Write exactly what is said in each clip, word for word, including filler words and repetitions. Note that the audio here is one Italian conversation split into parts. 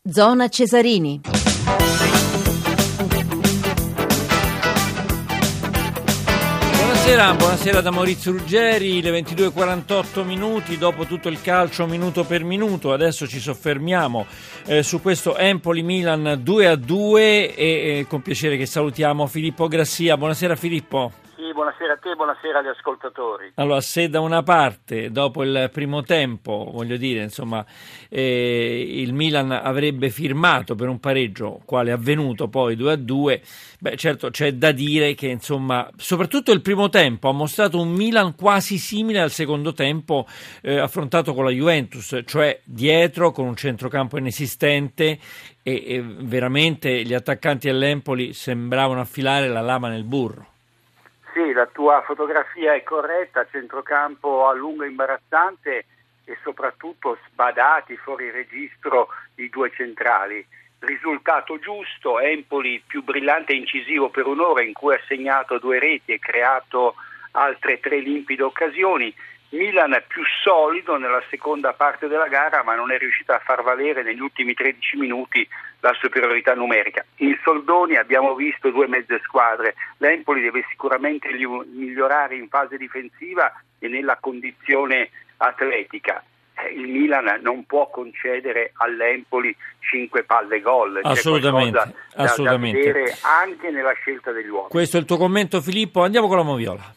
Zona Cesarini. Buonasera, buonasera da Maurizio Ruggeri, le ventidue e quarantotto minuti, dopo tutto il calcio minuto per minuto, adesso ci soffermiamo eh, su questo Empoli-Milan due a due e eh, con piacere che salutiamo Filippo Grassia. Buonasera Filippo. Sì, buonasera a te, buonasera agli ascoltatori. Allora, se da una parte, dopo il primo tempo, voglio dire, insomma, eh, il Milan avrebbe firmato per un pareggio, quale è avvenuto poi due a due, beh, certo c'è da dire che, insomma, soprattutto il primo tempo ha mostrato un Milan quasi simile al secondo tempo eh, affrontato con la Juventus, cioè dietro con un centrocampo inesistente e, e veramente gli attaccanti all'Empoli sembravano affilare la lama nel burro. Sì, la tua fotografia è corretta, centrocampo a lungo imbarazzante e soprattutto sbadati fuori registro i due centrali. Risultato giusto, Empoli più brillante e incisivo per un'ora in cui ha segnato due reti e creato altre tre limpide occasioni. Milan più solido nella seconda parte della gara, ma non è riuscita a far valere negli ultimi tredici minuti la superiorità numerica. In soldoni abbiamo visto due mezze squadre. L'Empoli deve sicuramente migliorare in fase difensiva e nella condizione atletica. Il Milan non può concedere all'Empoli cinque palle gol. Assolutamente, C'è assolutamente. da vedere anche nella scelta degli uomini. Questo è il tuo commento, Filippo. Andiamo con la Moviola.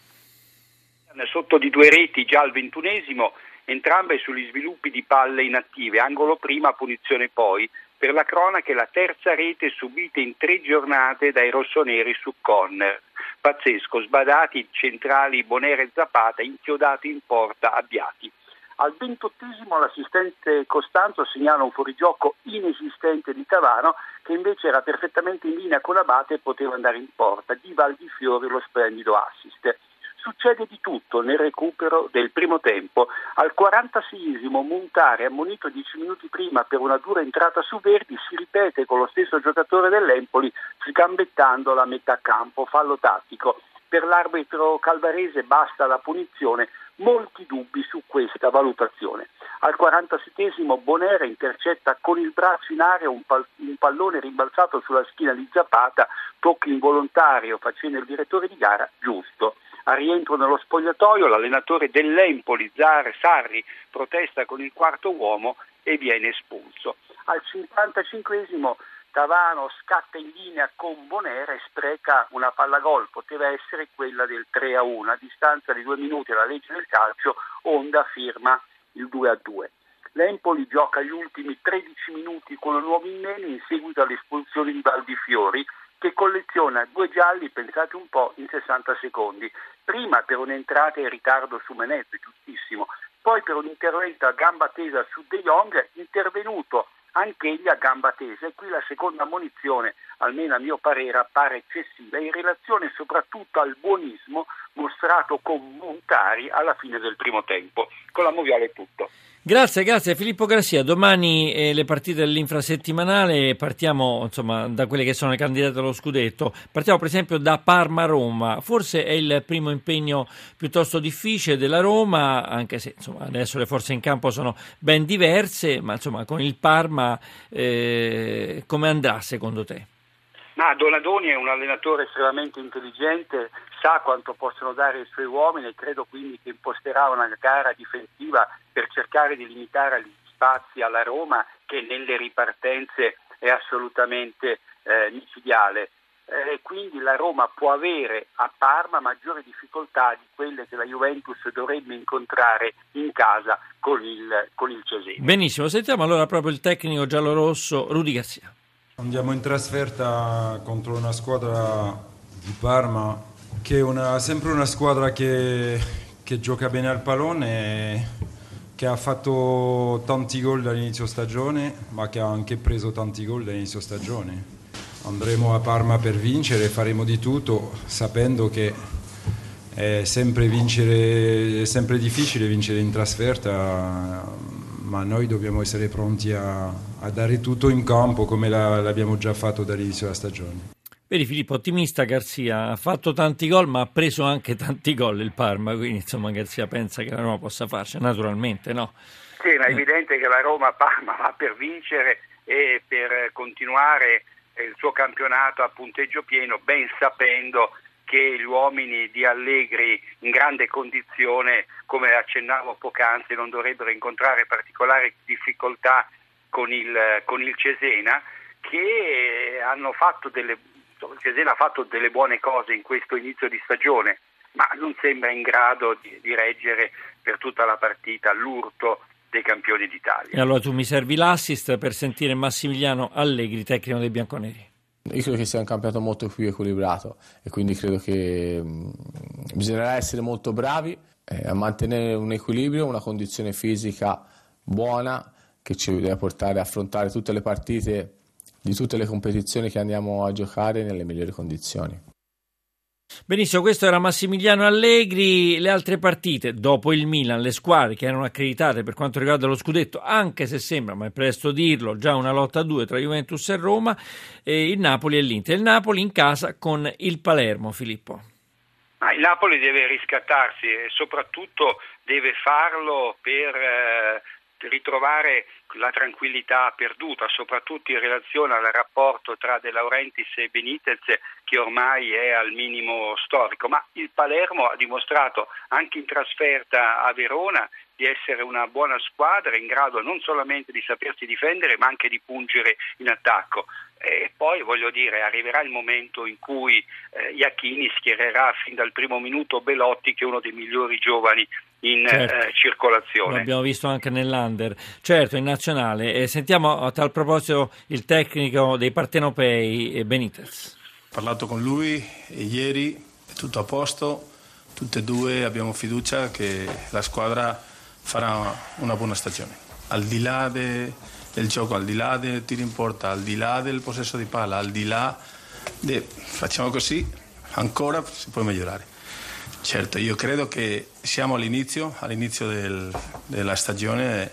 Sotto di due reti già al ventunesimo, entrambe sugli sviluppi di palle inattive, angolo prima, punizione poi. Per la cronaca è la terza rete subita in tre giornate dai rossoneri su corner. Pazzesco, sbadati centrali Bonera e Zapata, inchiodati in porta Abbiati. Al ventottesimo l'assistente Costanzo segnala un fuorigioco inesistente di Tavano, che invece era perfettamente in linea con Abate e poteva andare in porta. Di Valdifiori lo splendido assist. Succede di tutto nel recupero del primo tempo. Al quarantaseiesimo Montare, ammonito dieci minuti prima per una dura entrata su Verdi, si ripete con lo stesso giocatore dell'Empoli, sgambettando la metà campo, fallo tattico. Per l'arbitro calvarese basta la punizione, molti dubbi su questa valutazione. Al quarantasettesimo Bonera intercetta con il braccio in aria un, pal- un pallone rimbalzato sulla schiena di Zapata, tocco involontario facendo il direttore di gara giusto. A rientro nello spogliatoio l'allenatore dell'Empoli, Zar Sarri, protesta con il quarto uomo e viene espulso. Al cinquantacinquesimo Tavano scatta in linea con Bonera e spreca una palla gol, poteva essere quella del tre a uno. A distanza di due minuti alla legge del calcio, Honda firma il due a due. L'Empoli gioca gli ultimi tredici minuti con un uomo in meno in seguito all'espulsione di Valdifiori, che colleziona due gialli, pensate un po', in sessanta secondi. Prima per un'entrata in ritardo su Menez, giustissimo, poi per un intervento a gamba tesa su De Jong, intervenuto anch'egli a gamba tesa, e qui la seconda ammonizione, almeno a mio parere, appare eccessiva in relazione soprattutto al buonismo mostrato con Montari alla fine del primo tempo. Con la Moviola è tutto. Grazie, grazie Filippo Grassia. Domani eh, le partite dell'infrasettimanale, partiamo insomma da quelle che sono le candidate allo scudetto. Partiamo per esempio da Parma-Roma. Forse è il primo impegno piuttosto difficile della Roma, anche se insomma adesso le forze in campo sono ben diverse, ma insomma con il Parma eh, come andrà secondo te? Ma Donadoni è un allenatore estremamente intelligente, sa quanto possono dare i suoi uomini e credo quindi che imposterà una gara difensiva per cercare di limitare gli spazi alla Roma, che nelle ripartenze è assolutamente eh, micidiale. E eh, quindi la Roma può avere a Parma maggiori difficoltà di quelle che la Juventus dovrebbe incontrare in casa con il, con il Cesena. Benissimo, sentiamo allora proprio il tecnico giallorosso Rudy Garcia. Andiamo in trasferta contro una squadra di Parma che è una, sempre una squadra che, che gioca bene al pallone, che ha fatto tanti gol dall'inizio stagione, ma che ha anche preso tanti gol dall'inizio stagione. Andremo a Parma per vincere, faremo di tutto, sapendo che è sempre, vincere, è sempre difficile vincere in trasferta, ma noi dobbiamo essere pronti a, a dare tutto in campo come la, l'abbiamo già fatto dall'inizio della stagione. Vedi Filippo, ottimista Garcia, ha fatto tanti gol ma ha preso anche tanti gol il Parma, quindi insomma Garcia pensa che la Roma possa farci, naturalmente no? Sì, ma è evidente che la Roma-Parma va per vincere e per continuare il suo campionato a punteggio pieno, ben sapendo che gli uomini di Allegri in grande condizione, come accennavo poc'anzi, non dovrebbero incontrare particolari difficoltà con il, con il Cesena, che hanno fatto delle, il Cesena ha fatto delle buone cose in questo inizio di stagione, ma non sembra in grado di, di reggere per tutta la partita l'urto dei campioni d'Italia. E allora tu mi servi l'assist per sentire Massimiliano Allegri, tecnico dei bianconeri. Io credo che sia un campionato molto più equilibrato e quindi credo che mh, bisognerà essere molto bravi eh, a mantenere un equilibrio, una condizione fisica buona che ci deve portare a affrontare tutte le partite di tutte le competizioni che andiamo a giocare nelle migliori condizioni. Benissimo, questo era Massimiliano Allegri. Le altre partite dopo il Milan, le squadre che erano accreditate per quanto riguarda lo scudetto, anche se sembra, ma è presto dirlo, già una lotta a due tra Juventus e Roma, e il Napoli e l'Inter. Il Napoli in casa con il Palermo, Filippo. Ah, il Napoli deve riscattarsi e soprattutto deve farlo per eh, ritrovare la tranquillità perduta, soprattutto in relazione al rapporto tra De Laurentiis e Benitez, che ormai è al minimo storico. Ma il Palermo ha dimostrato anche in trasferta a Verona di essere una buona squadra, in grado non solamente di sapersi difendere ma anche di pungere in attacco. E poi voglio dire, arriverà il momento in cui eh, Iachini schiererà fin dal primo minuto Belotti, che è uno dei migliori giovani in certo. eh, circolazione. L'abbiamo visto anche nell'Under, certo, in nazionale. E sentiamo a tal proposito il tecnico dei partenopei, Benitez. Ho parlato con lui ieri, è tutto a posto, tutte e due abbiamo fiducia che la squadra farà una buona stagione. Al di là de, del gioco, al di là del tiro in porta, al di là del possesso di palla, al di là de, facciamo così, ancora si può migliorare. Certo, io credo che siamo all'inizio, all'inizio del, della stagione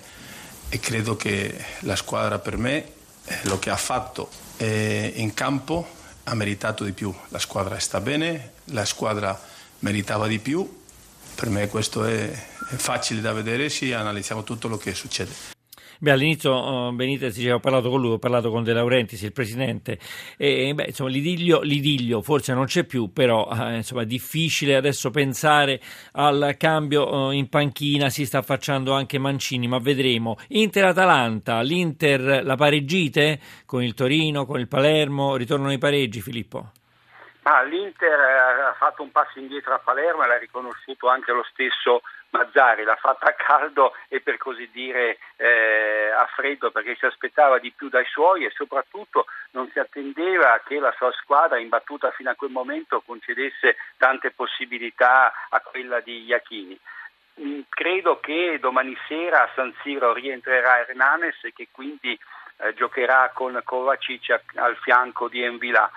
e credo che la squadra, per me, lo che ha fatto eh, in campo ha meritato di più. La squadra sta bene, la squadra meritava di più. Per me questo è, è facile da vedere se analizziamo tutto lo che succede. Beh, all'inizio uh, Benitez diceva, ho parlato con lui, ho parlato con De Laurentiis, il presidente, e beh, insomma l'idillio, l'idillio forse non c'è più, però uh, insomma è difficile adesso pensare al cambio uh, in panchina, si sta affacciando anche Mancini, ma vedremo. Inter-Atalanta, l'Inter la pareggite con il Torino, con il Palermo, ritornano i pareggi, Filippo? Ah, L'Inter ha fatto un passo indietro a Palermo e l'ha riconosciuto anche lo stesso Mazzarri, l'ha fatta a caldo e per così dire eh, a freddo, perché si aspettava di più dai suoi e soprattutto non si attendeva che la sua squadra, imbattuta fino a quel momento, concedesse tante possibilità a quella di Iachini. Mm, credo che domani sera a San Siro rientrerà Hernanes e che quindi eh, giocherà con Kovacic al fianco di Envilà.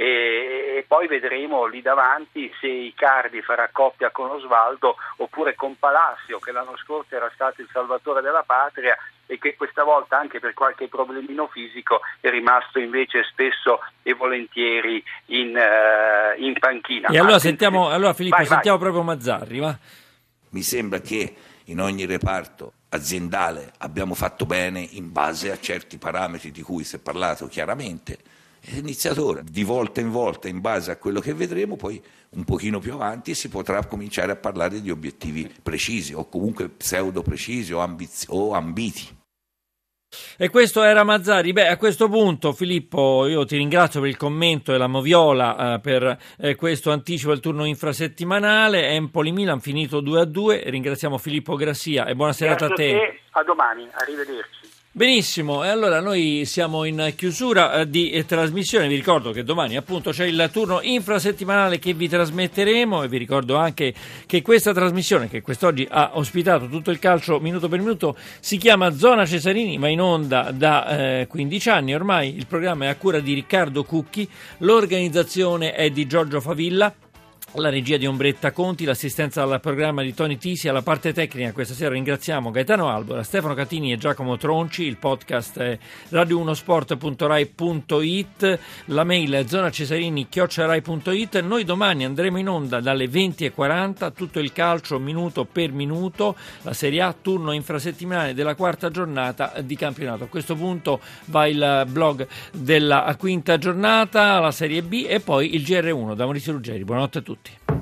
E poi vedremo lì davanti se Icardi farà coppia con Osvaldo oppure con Palacio, che l'anno scorso era stato il salvatore della patria e che questa volta, anche per qualche problemino fisico, è rimasto invece spesso e volentieri in, uh, in panchina. E allora sentiamo, allora Filippo, vai, sentiamo vai. proprio Mazzarri, va? Mi sembra che in ogni reparto aziendale abbiamo fatto bene in base a certi parametri di cui si è parlato chiaramente. Iniziatore, di volta in volta, in base a quello che vedremo, poi un pochino più avanti si potrà cominciare a parlare di obiettivi precisi o comunque pseudo precisi o, ambiz- o ambiti. E questo era Mazzarri. Beh, a questo punto, Filippo, io ti ringrazio per il commento e la moviola eh, per eh, questo anticipo del turno infrasettimanale. Empoli-Milan finito due a due. Ringraziamo Filippo Grassia e buona serata a te. E a domani, arrivederci. Benissimo, e allora noi siamo in chiusura di eh, trasmissione. Vi ricordo che domani appunto c'è il turno infrasettimanale che vi trasmetteremo e vi ricordo anche che questa trasmissione, che quest'oggi ha ospitato tutto il calcio minuto per minuto, si chiama Zona Cesarini, ma in onda da eh, quindici anni ormai. Il programma è a cura di Riccardo Cucchi, l'organizzazione è di Giorgio Favilla. La regia di Ombretta Conti, l'assistenza al programma di Tony Tisi, alla parte tecnica questa sera ringraziamo Gaetano Albora, Stefano Catini e Giacomo Tronci. Il podcast è radio uno sport punto rai punto it, la mail è zonacesarini chiocciola rai punto it. Noi domani andremo in onda dalle venti e quaranta, tutto il calcio minuto per minuto, la Serie A, turno infrasettimanale della quarta giornata di campionato. A questo punto va il blog della quinta giornata, la Serie B e poi il G R uno da Maurizio Ruggeri. Buonanotte a tutti.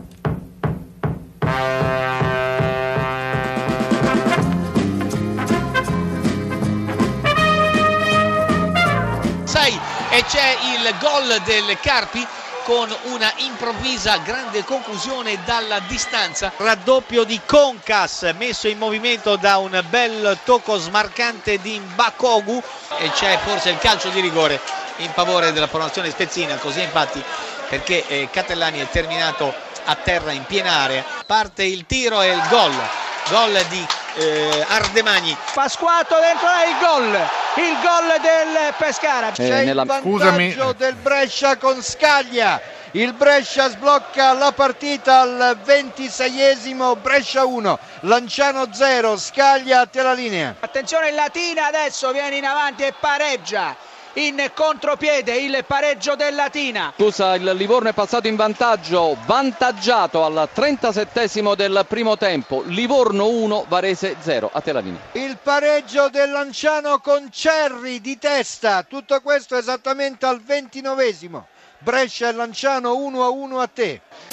E c'è il gol del Carpi con una improvvisa grande conclusione dalla distanza. Raddoppio di Concas messo in movimento da un bel tocco smarcante di Mbakogu e c'è forse il calcio di rigore in favore della formazione spezzina, così infatti perché eh, Catellani è terminato a terra in piena area. Parte il tiro e il gol. Gol di eh, Ardemagni. Pasquato dentro è il gol. Il gol del Pescara. Eh, C'è nella... il vantaggio Scusami. del Brescia con Scaglia. Il Brescia sblocca la partita al ventiseiesimo. Brescia uno, Lanciano zero. Scaglia a te la linea. Attenzione, il Latina adesso viene in avanti e pareggia. In contropiede il pareggio del Latina. Scusa, il Livorno è passato in vantaggio, vantaggiato al trentasettesimo del primo tempo. Livorno uno, Varese zero. A te la linea. Il pareggio del Lanciano con Cerri di testa. Tutto questo esattamente al ventinovesimo. Brescia e Lanciano uno a uno a te.